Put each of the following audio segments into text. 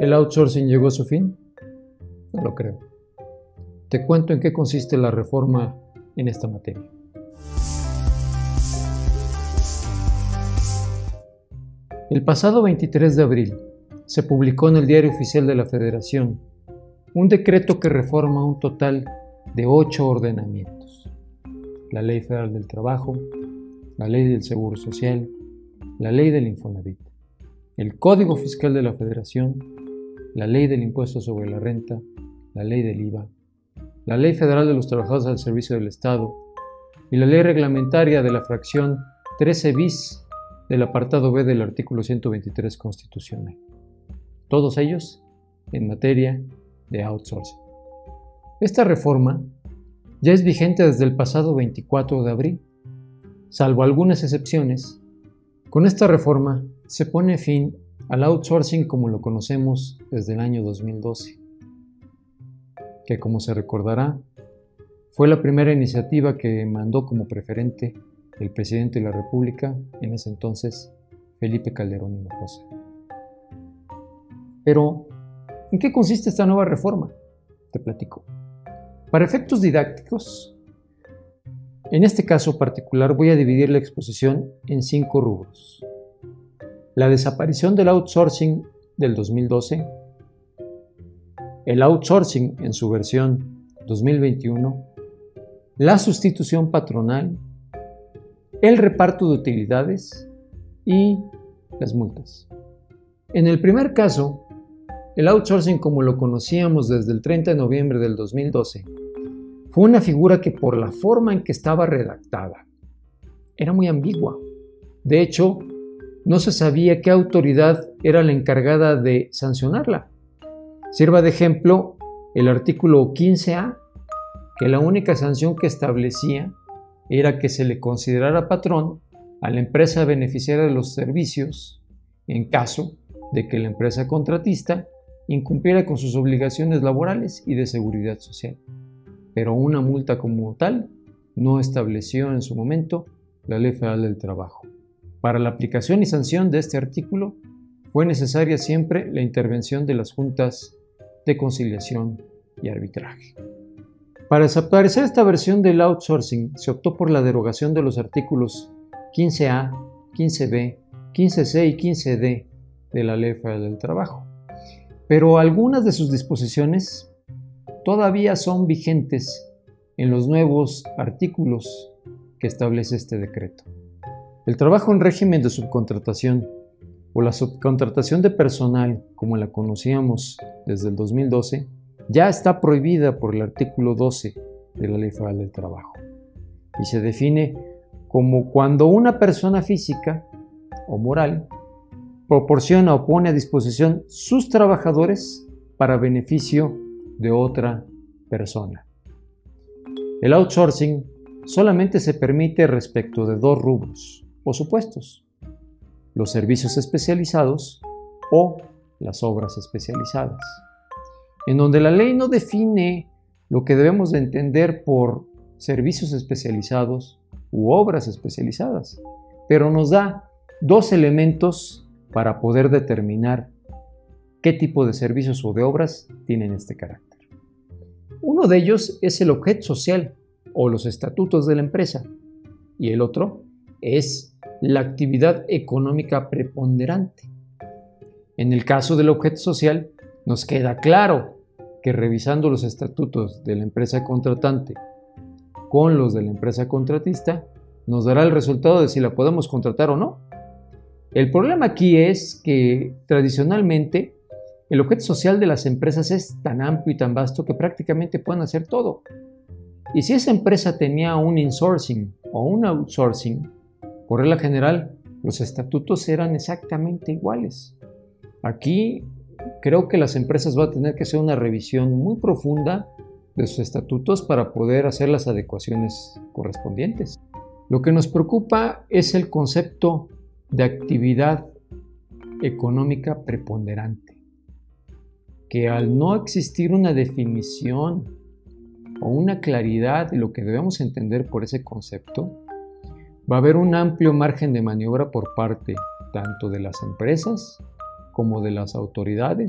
¿El outsourcing llegó a su fin? No lo creo. Te cuento en qué consiste la reforma en esta materia. El pasado 23 de abril se publicó en el Diario Oficial de la Federación un decreto que reforma un total de 8 ordenamientos: la Ley Federal del Trabajo, la Ley del Seguro Social, la Ley del Infonavit, el Código Fiscal de la Federación, la Ley del Impuesto sobre la Renta, la Ley del IVA, la Ley Federal de los Trabajadores al Servicio del Estado y la Ley Reglamentaria de la fracción 13 bis del apartado B del artículo 123 constitucional. Todos ellos en materia de outsourcing. Esta reforma ya es vigente desde el pasado 24 de abril. Salvo algunas excepciones, con esta reforma se pone fin al outsourcing como lo conocemos desde el año 2012, que, como se recordará, fue la primera iniciativa que mandó como preferente el presidente de la República, en ese entonces, Felipe Calderón Hinojosa. Pero, ¿en qué consiste esta nueva reforma? Te platico. Para efectos didácticos, en este caso particular voy a dividir la exposición en 5 rubros: la desaparición del outsourcing del 2012, el outsourcing en su versión 2021, la sustitución patronal, el reparto de utilidades y las multas. En el primer caso, el outsourcing como lo conocíamos desde el 30 de noviembre del 2012 fue una figura que, por la forma en que estaba redactada, era muy ambigua. De hecho, no se sabía qué autoridad era la encargada de sancionarla. Sirva de ejemplo el artículo 15A, que la única sanción que establecía era que se le considerara patrón a la empresa beneficiaria de los servicios en caso de que la empresa contratista incumpliera con sus obligaciones laborales y de seguridad social. Pero una multa como tal no estableció en su momento la Ley Federal del Trabajo. Para la aplicación y sanción de este artículo fue necesaria siempre la intervención de las juntas de conciliación y arbitraje. Para desaparecer esta versión del outsourcing se optó por la derogación de los artículos 15A, 15B, 15C y 15D de la Ley Federal del Trabajo. Pero algunas de sus disposiciones todavía son vigentes en los nuevos artículos que establece este decreto. El trabajo en régimen de subcontratación o la subcontratación de personal, como la conocíamos desde el 2012, ya está prohibida por el artículo 12 de la Ley Federal del Trabajo y se define como cuando una persona física o moral proporciona o pone a disposición sus trabajadores para beneficio de otra persona. El outsourcing solamente se permite respecto de 2 rubros o supuestos: los servicios especializados o las obras especializadas, en donde la ley no define lo que debemos de entender por servicios especializados u obras especializadas, pero nos da 2 elementos para poder determinar qué tipo de servicios o de obras tienen este carácter. Uno de ellos es el objeto social o los estatutos de la empresa, y el otro es la actividad económica preponderante. En el caso del objeto social, nos queda claro que revisando los estatutos de la empresa contratante con los de la empresa contratista, nos dará el resultado de si la podemos contratar o no. El problema aquí es que tradicionalmente el objeto social de las empresas es tan amplio y tan vasto que prácticamente pueden hacer todo. Y si esa empresa tenía un insourcing o un outsourcing, por regla general, los estatutos eran exactamente iguales. Aquí creo que las empresas van a tener que hacer una revisión muy profunda de sus estatutos para poder hacer las adecuaciones correspondientes. Lo que nos preocupa es el concepto de actividad económica preponderante, que al no existir una definición o una claridad de lo que debemos entender por ese concepto, va a haber un amplio margen de maniobra por parte tanto de las empresas como de las autoridades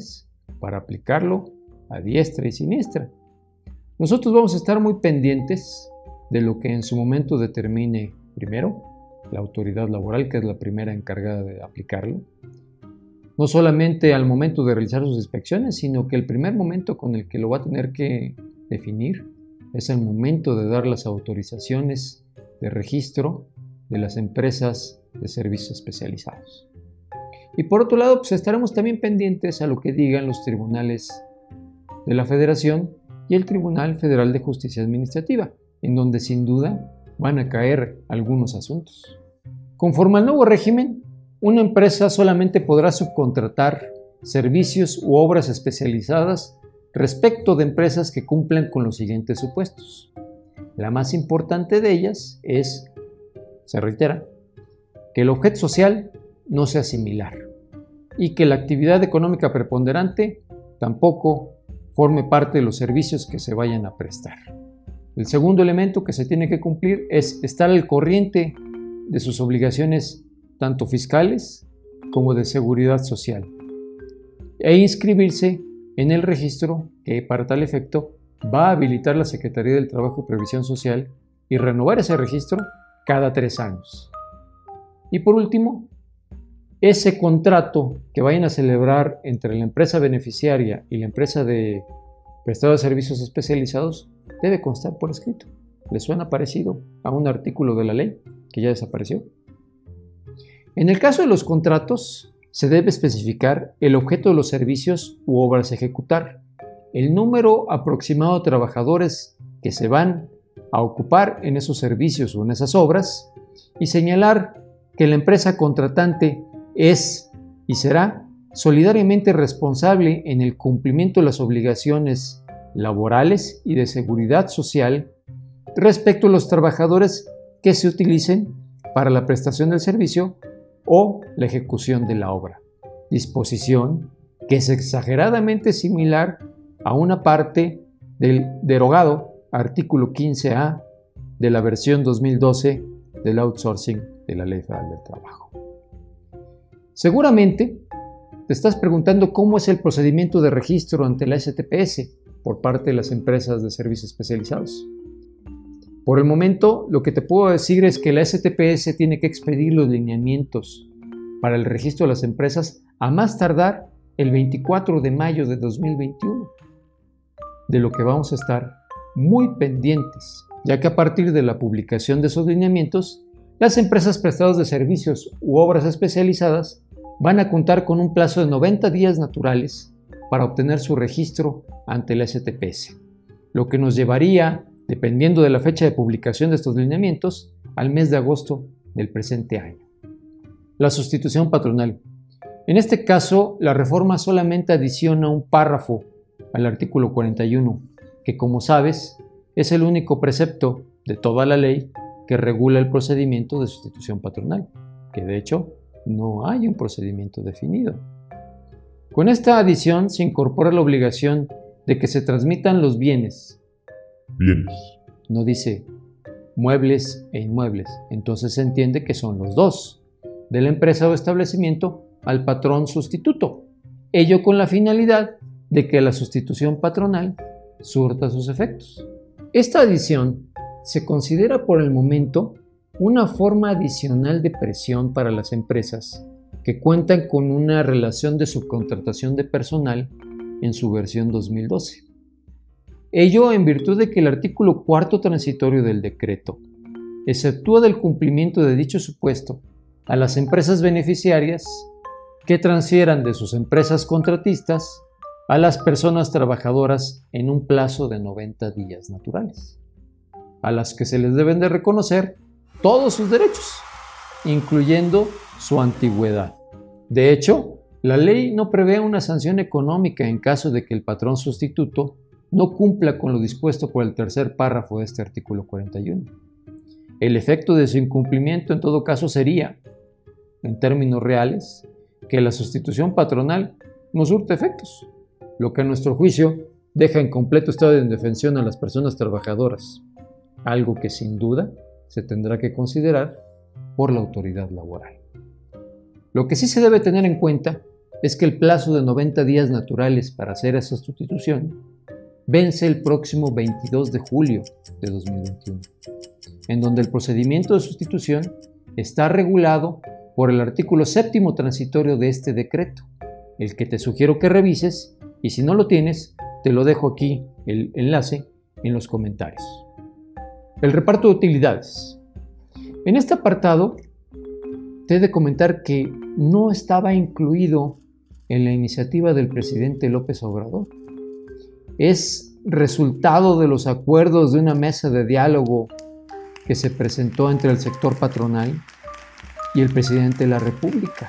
para aplicarlo a diestra y siniestra. Nosotros vamos a estar muy pendientes de lo que en su momento determine primero la autoridad laboral, que es la primera encargada de aplicarlo. No solamente al momento de realizar sus inspecciones, sino que el primer momento con el que lo va a tener que definir es el momento de dar las autorizaciones de registro de las empresas de servicios especializados. Y por otro lado, pues estaremos también pendientes a lo que digan los tribunales de la Federación y el Tribunal Federal de Justicia Administrativa, en donde sin duda van a caer algunos asuntos. Conforme al nuevo régimen, una empresa solamente podrá subcontratar servicios u obras especializadas respecto de empresas que cumplan con los siguientes supuestos. La más importante de ellas es, se reitera, que el objeto social no sea similar y que la actividad económica preponderante tampoco forme parte de los servicios que se vayan a prestar. El segundo elemento que se tiene que cumplir es estar al corriente de sus obligaciones tanto fiscales como de seguridad social e inscribirse en el registro que para tal efecto va a habilitar la Secretaría del Trabajo y Previsión Social y renovar ese registro cada 3 años. Y por último, ese contrato que vayan a celebrar entre la empresa beneficiaria y la empresa de prestado de servicios especializados debe constar por escrito. ¿Les suena parecido a un artículo de la ley que ya desapareció? En el caso de los contratos, se debe especificar el objeto de los servicios u obras a ejecutar, el número aproximado de trabajadores que se van a ocupar en esos servicios o en esas obras y señalar que la empresa contratante es y será solidariamente responsable en el cumplimiento de las obligaciones laborales y de seguridad social respecto a los trabajadores que se utilicen para la prestación del servicio o la ejecución de la obra. Disposición que es exageradamente similar a una parte del derogado artículo 15A de la versión 2012 del outsourcing de la Ley Federal del Trabajo. Seguramente te estás preguntando cómo es el procedimiento de registro ante la STPS por parte de las empresas de servicios especializados. Por el momento, lo que te puedo decir es que la STPS tiene que expedir los lineamientos para el registro de las empresas a más tardar el 24 de mayo de 2021, de lo que vamos a estar muy pendientes, ya que a partir de la publicación de esos lineamientos, las empresas prestadoras de servicios u obras especializadas van a contar con un plazo de 90 días naturales para obtener su registro ante la STPS, lo que nos llevaría, dependiendo de la fecha de publicación de estos lineamientos, al mes de agosto del presente año. La sustitución patronal. En este caso, la reforma solamente adiciona un párrafo al artículo 41, que como sabes, es el único precepto de toda la ley que regula el procedimiento de sustitución patronal, que de hecho no hay un procedimiento definido. Con esta adición se incorpora la obligación de que se transmitan los bienes. No dice muebles e inmuebles, entonces se entiende que son los dos, de la empresa o establecimiento al patrón sustituto, ello con la finalidad de que la sustitución patronal surta sus efectos. Esta adición se considera por el momento una forma adicional de presión para las empresas que cuentan con una relación de subcontratación de personal en su versión 2012. Ello en virtud de que el artículo 4º transitorio del decreto exceptúa del cumplimiento de dicho supuesto a las empresas beneficiarias que transfieran de sus empresas contratistas a las personas trabajadoras en un plazo de 90 días naturales, a las que se les deben de reconocer todos sus derechos, incluyendo su antigüedad. De hecho, la ley no prevé una sanción económica en caso de que el patrón sustituto no cumpla con lo dispuesto por el tercer párrafo de este artículo 41. El efecto de su incumplimiento en todo caso sería, en términos reales, que la sustitución patronal no surte efectos, lo que a nuestro juicio deja en completo estado de indefensión a las personas trabajadoras, algo que sin duda se tendrá que considerar por la autoridad laboral. Lo que sí se debe tener en cuenta es que el plazo de 90 días naturales para hacer esa sustitución vence el próximo 22 de julio de 2021, en donde el procedimiento de sustitución está regulado por el artículo 7º transitorio de este decreto, el que te sugiero que revises, y si no lo tienes, te lo dejo aquí el enlace en los comentarios. El reparto de utilidades. En este apartado te he de comentar que no estaba incluido en la iniciativa del presidente López Obrador. Es resultado de los acuerdos de una mesa de diálogo que se presentó entre el sector patronal y el presidente de la República,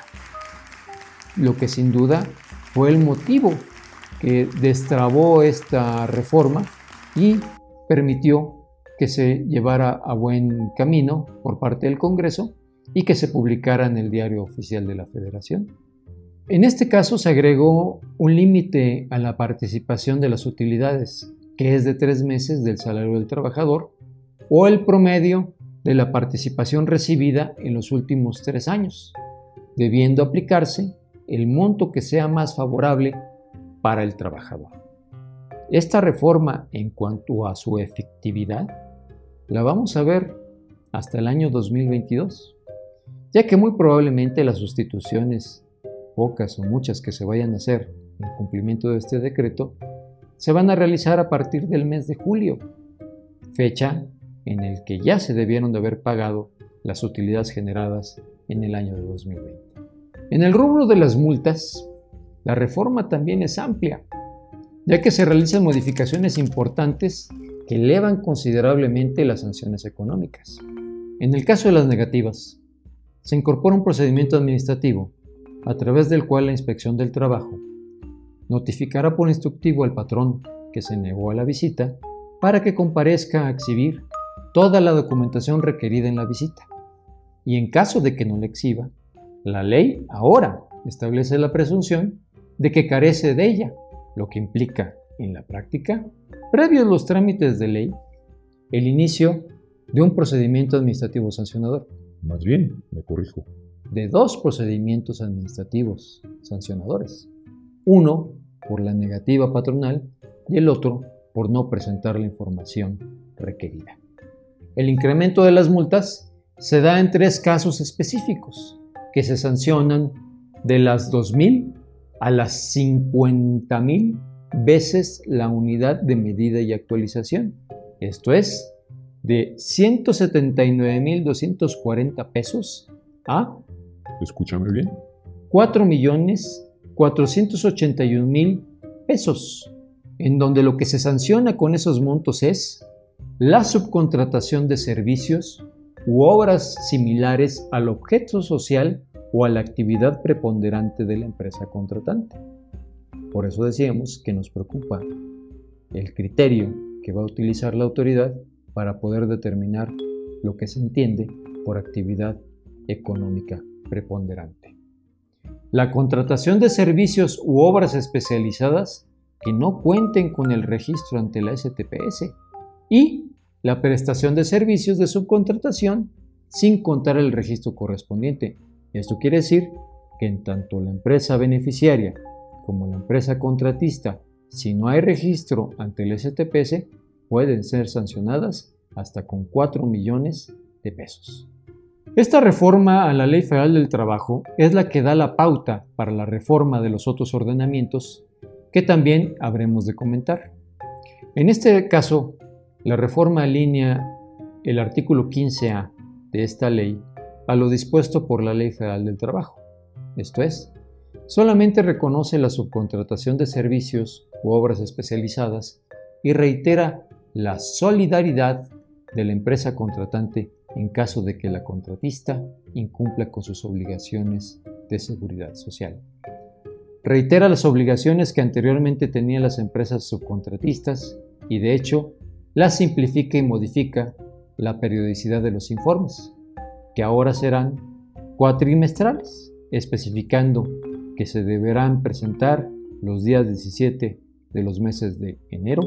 lo que sin duda fue el motivo que destrabó esta reforma y permitió que se llevara a buen camino por parte del Congreso y que se publicara en el Diario Oficial de la Federación. En este caso se agregó un límite a la participación de las utilidades, que es de 3 meses del salario del trabajador o el promedio de la participación recibida en los últimos 3 años, debiendo aplicarse el monto que sea más favorable para el trabajador. Esta reforma, en cuanto a su efectividad, la vamos a ver hasta el año 2022, ya que muy probablemente las sustituciones, pocas o muchas que se vayan a hacer en cumplimiento de este decreto, se van a realizar a partir del mes de julio, fecha en el que ya se debieron de haber pagado las utilidades generadas en el año de 2020. En el rubro de las multas, la reforma también es amplia, ya que se realizan modificaciones importantes que elevan considerablemente las sanciones económicas. En el caso de las negativas, se incorpora un procedimiento administrativo a través del cual la Inspección del Trabajo notificará por instructivo al patrón que se negó a la visita para que comparezca a exhibir toda la documentación requerida en la visita. Y en caso de que no la exhiba, la ley ahora establece la presunción de que carece de ella, lo que implica, en la práctica, previos los trámites de ley, el inicio de un procedimiento administrativo sancionador. Más bien, me corrijo. De 2 procedimientos administrativos sancionadores. Uno por la negativa patronal y el otro por no presentar la información requerida. El incremento de las multas se da en 3 casos específicos, que se sancionan de las 2,000 a las 50,000 veces la unidad de medida y actualización. Esto es, de 179,240 pesos a... Escúchame bien. 4,481,000 pesos, en donde lo que se sanciona con esos montos es la subcontratación de servicios u obras similares al objeto social o a la actividad preponderante de la empresa contratante. Por eso decíamos que nos preocupa el criterio que va a utilizar la autoridad para poder determinar lo que se entiende por actividad económica preponderante. La contratación de servicios u obras especializadas que no cuenten con el registro ante la STPS y la prestación de servicios de subcontratación sin contar el registro correspondiente. Esto quiere decir que en tanto la empresa beneficiaria como la empresa contratista, si no hay registro ante el STPS, pueden ser sancionadas hasta con 4 millones de pesos. Esta reforma a la Ley Federal del Trabajo es la que da la pauta para la reforma de los otros ordenamientos que también habremos de comentar. En este caso, la reforma alinea el artículo 15A de esta ley a lo dispuesto por la Ley Federal del Trabajo. Esto es, solamente reconoce la subcontratación de servicios u obras especializadas y reitera la solidaridad de la empresa contratante en caso de que la contratista incumpla con sus obligaciones de seguridad social. Reitera las obligaciones que anteriormente tenían las empresas subcontratistas y, de hecho, las simplifica y modifica la periodicidad de los informes, que ahora serán cuatrimestrales, especificando que se deberán presentar los días 17 de los meses de enero,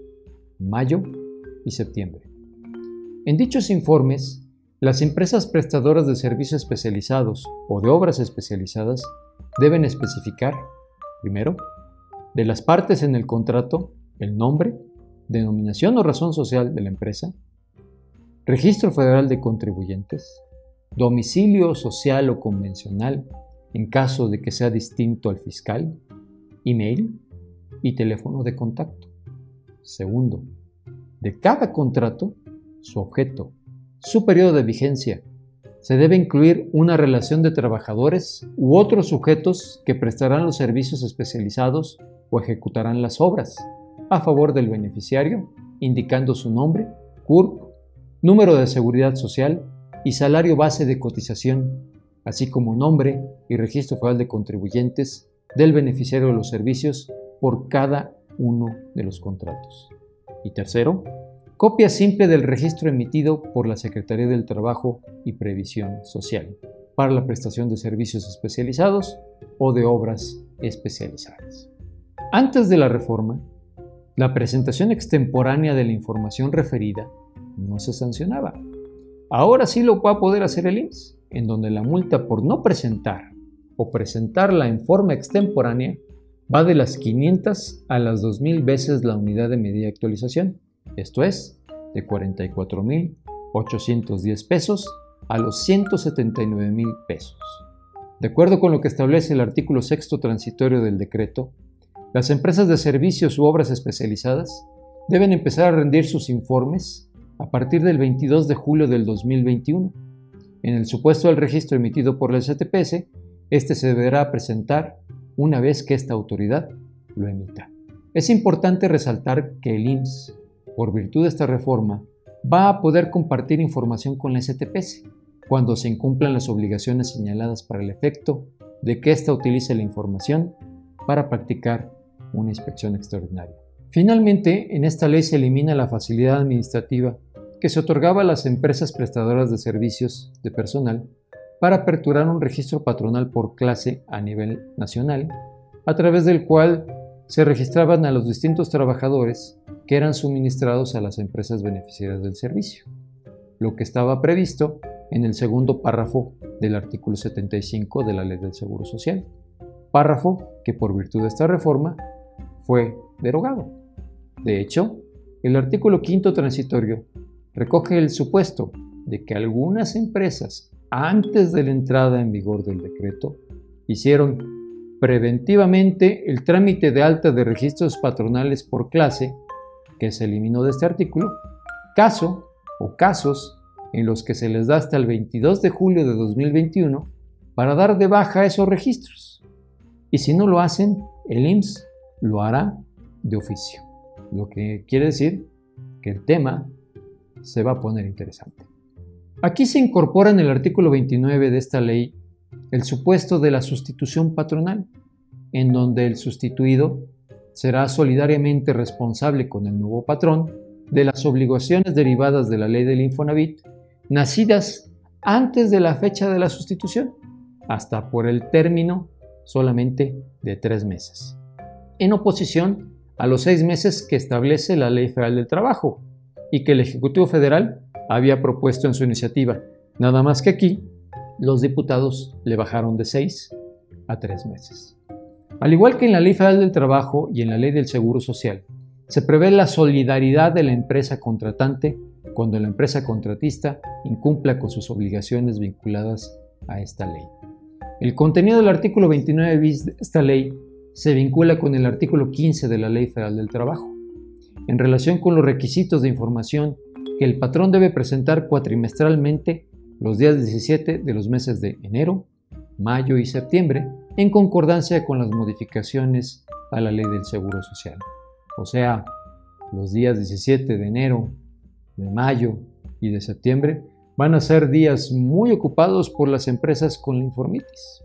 mayo y septiembre. En dichos informes, las empresas prestadoras de servicios especializados o de obras especializadas deben especificar, primero, de las partes en el contrato, el nombre, denominación o razón social de la empresa, registro federal de contribuyentes, domicilio social o convencional en caso de que sea distinto al fiscal, email y teléfono de contacto. Segundo, de cada contrato, su objeto, su periodo de vigencia. Se debe incluir una relación de trabajadores u otros sujetos que prestarán los servicios especializados o ejecutarán las obras a favor del beneficiario, indicando su nombre, CURP, número de seguridad social y salario base de cotización, así como nombre y registro federal de contribuyentes del beneficiario de los servicios por cada uno de los contratos. Y tercero, copia simple del registro emitido por la Secretaría del Trabajo y Previsión Social para la prestación de servicios especializados o de obras especializadas. Antes de la reforma, la presentación extemporánea de la información referida no se sancionaba. Ahora sí lo va a poder hacer el IMSS, en donde la multa por no presentar o presentarla en forma extemporánea va de las 500 a las 2,000 veces la unidad de medida de actualización. Esto es, de 44,810 pesos a los 179,000 pesos. De acuerdo con lo que establece el artículo 6º transitorio del decreto, las empresas de servicios u obras especializadas deben empezar a rendir sus informes a partir del 22 de julio del 2021. En el supuesto del registro emitido por la STPS, este se deberá presentar una vez que esta autoridad lo emita. Es importante resaltar que el IMSS, por virtud de esta reforma, va a poder compartir información con la STPS cuando se incumplan las obligaciones señaladas para el efecto de que ésta utilice la información para practicar una inspección extraordinaria. Finalmente, en esta ley se elimina la facilidad administrativa que se otorgaba a las empresas prestadoras de servicios de personal para aperturar un registro patronal por clase a nivel nacional, a través del cual se registraban a los distintos trabajadores que eran suministrados a las empresas beneficiarias del servicio, lo que estaba previsto en el segundo párrafo del artículo 75 de la Ley del Seguro Social, párrafo que por virtud de esta reforma fue derogado. De hecho, el artículo 5º transitorio recoge el supuesto de que algunas empresas, antes de la entrada en vigor del decreto, hicieron preventivamente el trámite de alta de registros patronales por clase, que se eliminó de este artículo, caso o casos en los que se les da hasta el 22 de julio de 2021 para dar de baja esos registros. Y si no lo hacen, el IMSS lo hará de oficio, lo que quiere decir que el tema se va a poner interesante. Aquí se incorpora en el artículo 29 de esta ley el supuesto de la sustitución patronal, en donde el sustituido será solidariamente responsable con el nuevo patrón de las obligaciones derivadas de la ley del Infonavit, nacidas antes de la fecha de la sustitución, hasta por el término solamente de 3 meses, en oposición a los 6 meses que establece la Ley Federal del Trabajo y que el Ejecutivo Federal había propuesto en su iniciativa, nada más que aquí los diputados le bajaron de 6 a 3 meses. Al igual que en la Ley Federal del Trabajo y en la Ley del Seguro Social, se prevé la solidaridad de la empresa contratante cuando la empresa contratista incumpla con sus obligaciones vinculadas a esta ley. El contenido del artículo 29 bis de esta ley se vincula con el artículo 15 de la Ley Federal del Trabajo, en relación con los requisitos de información que el patrón debe presentar cuatrimestralmente los días 17 de los meses de enero, mayo y septiembre, en concordancia con las modificaciones a la Ley del Seguro Social. O sea, los días 17 de enero, de mayo y de septiembre van a ser días muy ocupados por las empresas con la informitis.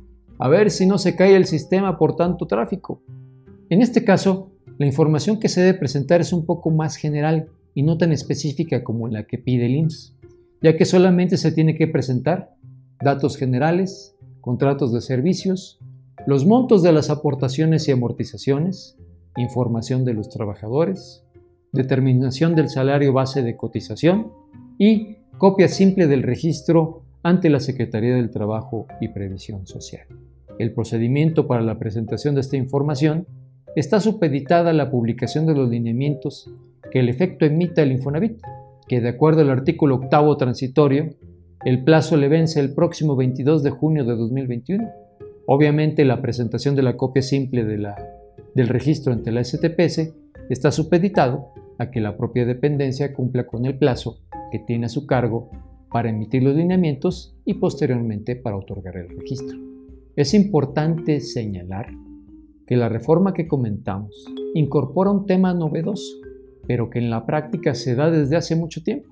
A ver si no se cae el sistema por tanto tráfico. En este caso, la información que se debe presentar es un poco más general y no tan específica como la que pide el IMSS, ya que solamente se tiene que presentar datos generales, contratos de servicios, los montos de las aportaciones y amortizaciones, información de los trabajadores, determinación del salario base de cotización y copia simple del registro ante la Secretaría del Trabajo y Previsión Social. El procedimiento para la presentación de esta información está supeditada a la publicación de los lineamientos que el efecto emita el Infonavit, que de acuerdo al artículo 8 transitorio, el plazo le vence el próximo 22 de junio de 2021. Obviamente, la presentación de la copia simple del registro ante la STPS está supeditado a que la propia dependencia cumpla con el plazo que tiene a su cargo para emitir los lineamientos y posteriormente para otorgar el registro. Es importante señalar que la reforma que comentamos incorpora un tema novedoso, pero que en la práctica se da desde hace mucho tiempo,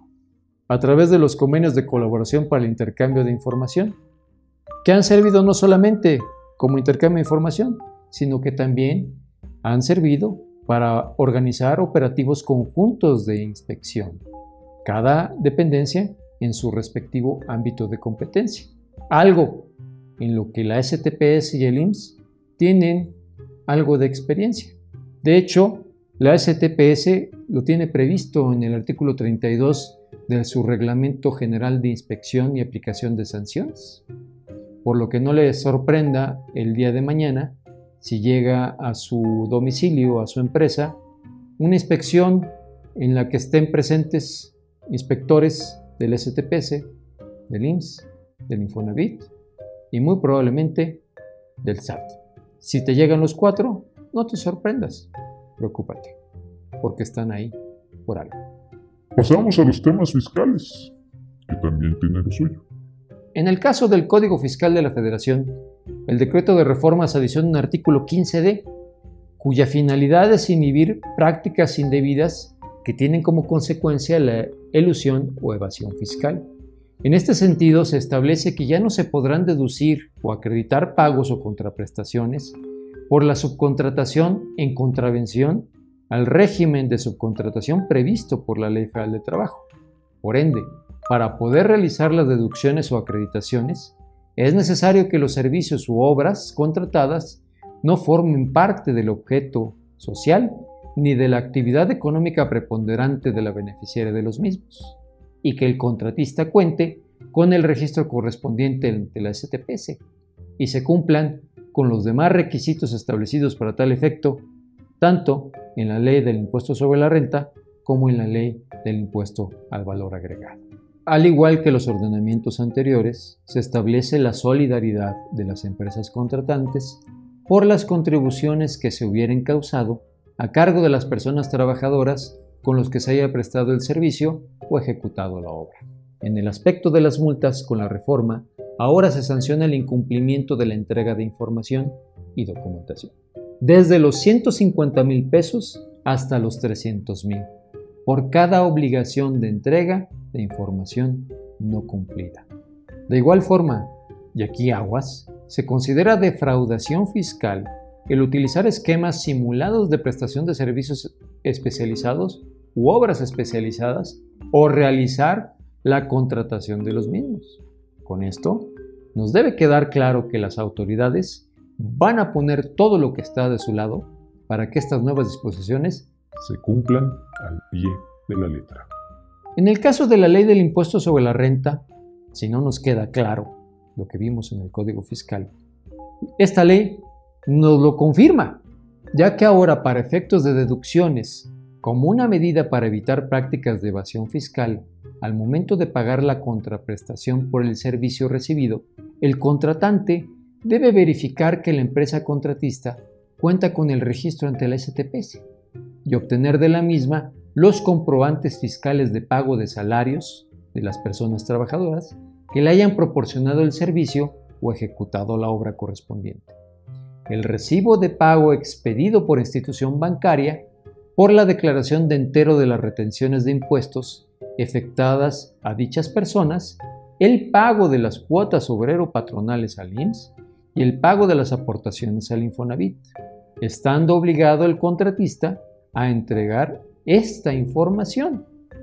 a través de los convenios de colaboración para el intercambio de información, que han servido no solamente como intercambio de información, sino que también han servido para organizar operativos conjuntos de inspección, cada dependencia en su respectivo ámbito de competencia, algo en lo que la STPS y el IMSS tienen algo de experiencia. De hecho, la STPS lo tiene previsto en el artículo 32 de su Reglamento General de Inspección y Aplicación de Sanciones, por lo que no le sorprenda el día de mañana si llega a su domicilio, a su empresa, una inspección en la que estén presentes inspectores del STPS, del IMSS, del Infonavit y muy probablemente del SAT. Si te llegan los 4, no te sorprendas, preocúpate, porque están ahí por algo. Pasamos a los temas fiscales, que también tienen lo suyo. En el caso del Código Fiscal de la Federación, el decreto de reformas adiciona un artículo 15D, cuya finalidad es inhibir prácticas indebidas que tienen como consecuencia la elusión o evasión fiscal. En este sentido, se establece que ya no se podrán deducir o acreditar pagos o contraprestaciones por la subcontratación en contravención al régimen de subcontratación previsto por la Ley Federal de Trabajo. Por ende, para poder realizar las deducciones o acreditaciones, es necesario que los servicios u obras contratadas no formen parte del objeto social ni de la actividad económica preponderante de la beneficiaria de los mismos, y que el contratista cuente con el registro correspondiente ante la STPS y se cumplan con los demás requisitos establecidos para tal efecto, tanto en la Ley del Impuesto sobre la Renta como en la Ley del Impuesto al Valor Agregado. Al igual que los ordenamientos anteriores, se establece la solidaridad de las empresas contratantes por las contribuciones que se hubieran causado a cargo de las personas trabajadoras con los que se haya prestado el servicio o ejecutado la obra. En el aspecto de las multas, con la reforma, ahora se sanciona el incumplimiento de la entrega de información y documentación, desde los 150,000 pesos hasta los 300,000, por cada obligación de entrega de información no cumplida. De igual forma, y aquí aguas, se considera defraudación fiscal el utilizar esquemas simulados de prestación de servicios especializados u obras especializadas o realizar la contratación de los mismos. Con esto, nos debe quedar claro que las autoridades van a poner todo lo que está de su lado para que estas nuevas disposiciones se cumplan al pie de la letra. En el caso de la Ley del Impuesto sobre la Renta, si no nos queda claro lo que vimos en el Código Fiscal, esta ley nos lo confirma, ya que ahora para efectos de deducciones, como una medida para evitar prácticas de evasión fiscal, al momento de pagar la contraprestación por el servicio recibido, el contratante debe verificar que la empresa contratista cuenta con el registro ante la STPS y obtener de la misma los comprobantes fiscales de pago de salarios de las personas trabajadoras que le hayan proporcionado el servicio o ejecutado la obra correspondiente. El recibo de pago expedido por institución bancaria por la declaración de entero de las retenciones de impuestos efectuadas a dichas personas, el pago de las cuotas obrero-patronales al IMSS y el pago de las aportaciones al Infonavit, estando obligado el contratista a entregar esta información.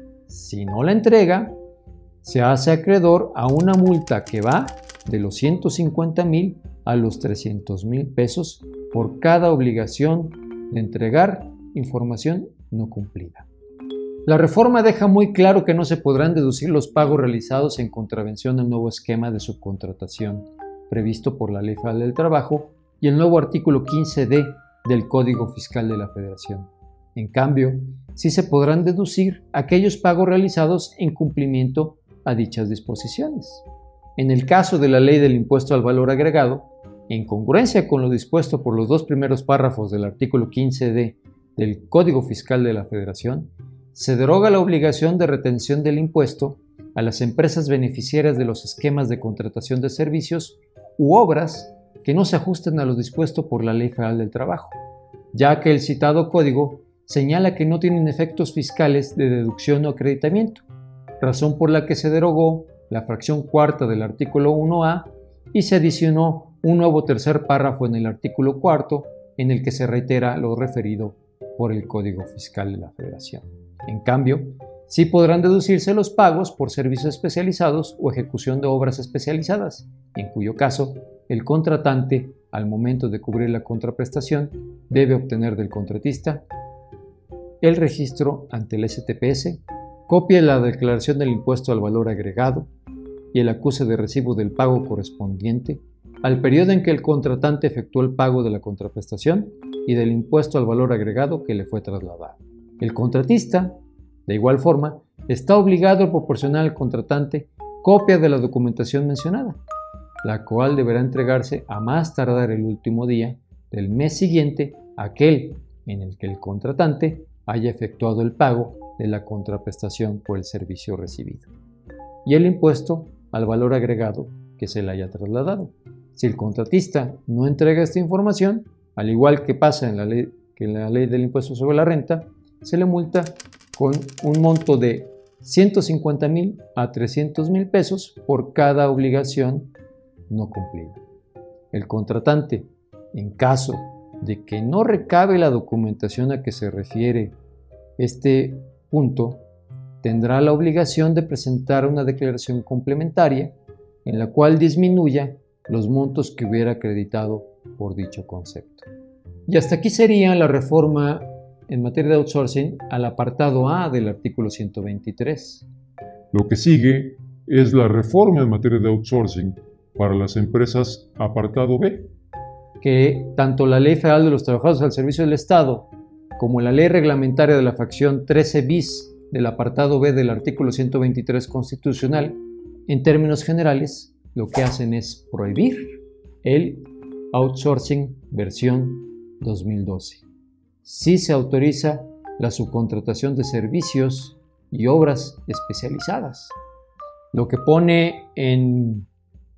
Si no la entrega, se hace acreedor a una multa que va de los 150,000 a los 300,000 pesos por cada obligación de entregar información no cumplida. La reforma deja muy claro que no se podrán deducir los pagos realizados en contravención al nuevo esquema de subcontratación previsto por la Ley Federal del Trabajo y el nuevo artículo 15D del Código Fiscal de la Federación. En cambio, sí se podrán deducir aquellos pagos realizados en cumplimiento a dichas disposiciones. En el caso de la Ley del Impuesto al Valor Agregado, en congruencia con lo dispuesto por los dos primeros párrafos del artículo 15D del Código Fiscal de la Federación, se deroga la obligación de retención del impuesto a las empresas beneficiarias de los esquemas de contratación de servicios u obras que no se ajusten a lo dispuesto por la Ley Federal del Trabajo, ya que el citado código señala que no tienen efectos fiscales de deducción o acreditamiento, razón por la que se derogó la fracción cuarta del artículo 1A y se adicionó un nuevo tercer párrafo en el artículo cuarto en el que se reitera lo referido por el Código Fiscal de la Federación. En cambio, sí podrán deducirse los pagos por servicios especializados o ejecución de obras especializadas, en cuyo caso el contratante, al momento de cubrir la contraprestación, debe obtener del contratista el registro ante el STPS, copia de la declaración del impuesto al valor agregado y el acuse de recibo del pago correspondiente al periodo en que el contratante efectuó el pago de la contraprestación y del impuesto al valor agregado que le fue trasladado. El contratista, de igual forma, está obligado a proporcionar al contratante copia de la documentación mencionada, la cual deberá entregarse a más tardar el último día del mes siguiente a aquel en el que el contratante haya efectuado el pago de la contraprestación por el servicio recibido, y el impuesto al valor agregado que se le haya trasladado. Si el contratista no entrega esta información, al igual que pasa en la ley del impuesto sobre la renta, se le multa con un monto de 150,000 a 300,000 pesos por cada obligación no cumplida. El contratante, en caso de que no recabe la documentación a que se refiere este punto, tendrá la obligación de presentar una declaración complementaria en la cual disminuya los montos que hubiera acreditado por dicho concepto. Y hasta aquí sería la reforma en materia de outsourcing al apartado A del artículo 123. Lo que sigue es la reforma en materia de outsourcing para las empresas apartado B, que tanto la Ley Federal de los Trabajadores al Servicio del Estado como la Ley Reglamentaria de la fracción 13 bis del apartado B del artículo 123 constitucional, en términos generales, lo que hacen es prohibir el outsourcing versión 2012. Sí se autoriza la subcontratación de servicios y obras especializadas, lo que pone en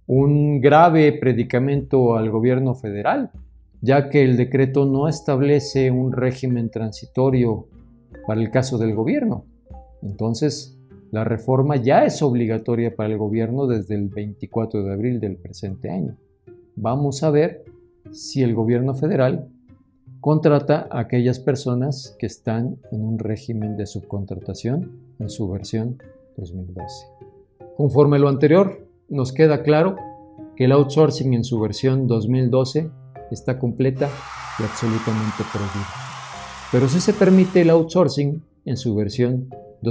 un grave predicamento al gobierno federal, ya que el decreto no establece un régimen transitorio para el caso del gobierno. Entonces, la reforma ya es obligatoria para el gobierno desde el 24 de abril del presente año. Vamos a ver si el gobierno federal contrata a aquellas personas que están en un régimen de subcontratación en su versión 2012. Conforme a lo anterior, nos queda claro que el outsourcing en su versión 2012 está completa y absolutamente prohibida. Pero sí se permite el outsourcing en su versión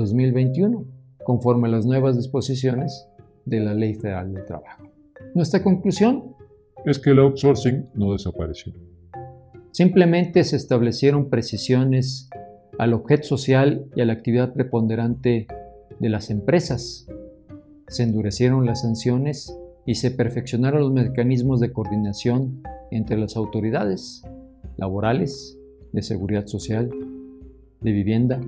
2021, conforme a las nuevas disposiciones de la Ley Federal del Trabajo. Nuestra conclusión es que el outsourcing no desapareció. Simplemente se establecieron precisiones al objeto social y a la actividad preponderante de las empresas. Se endurecieron las sanciones y se perfeccionaron los mecanismos de coordinación entre las autoridades laborales, de seguridad social, de vivienda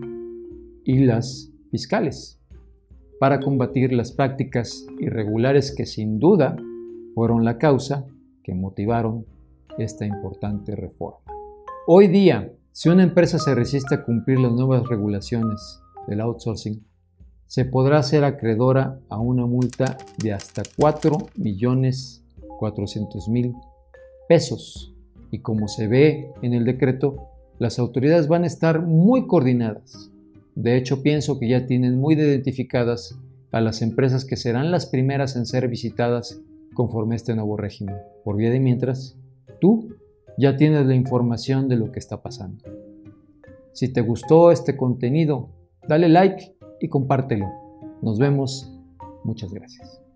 y las fiscales, para combatir las prácticas irregulares que sin duda fueron la causa que motivaron esta importante reforma. Hoy día, si una empresa se resiste a cumplir las nuevas regulaciones del outsourcing, se podrá ser acreedora a una multa de hasta 4,400,000 pesos. Y como se ve en el decreto, las autoridades van a estar muy coordinadas. De hecho, pienso que ya tienen muy identificadas a las empresas que serán las primeras en ser visitadas conforme a este nuevo régimen. Por vía de mientras, tú ya tienes la información de lo que está pasando. Si te gustó este contenido, dale like y compártelo. Nos vemos. Muchas gracias.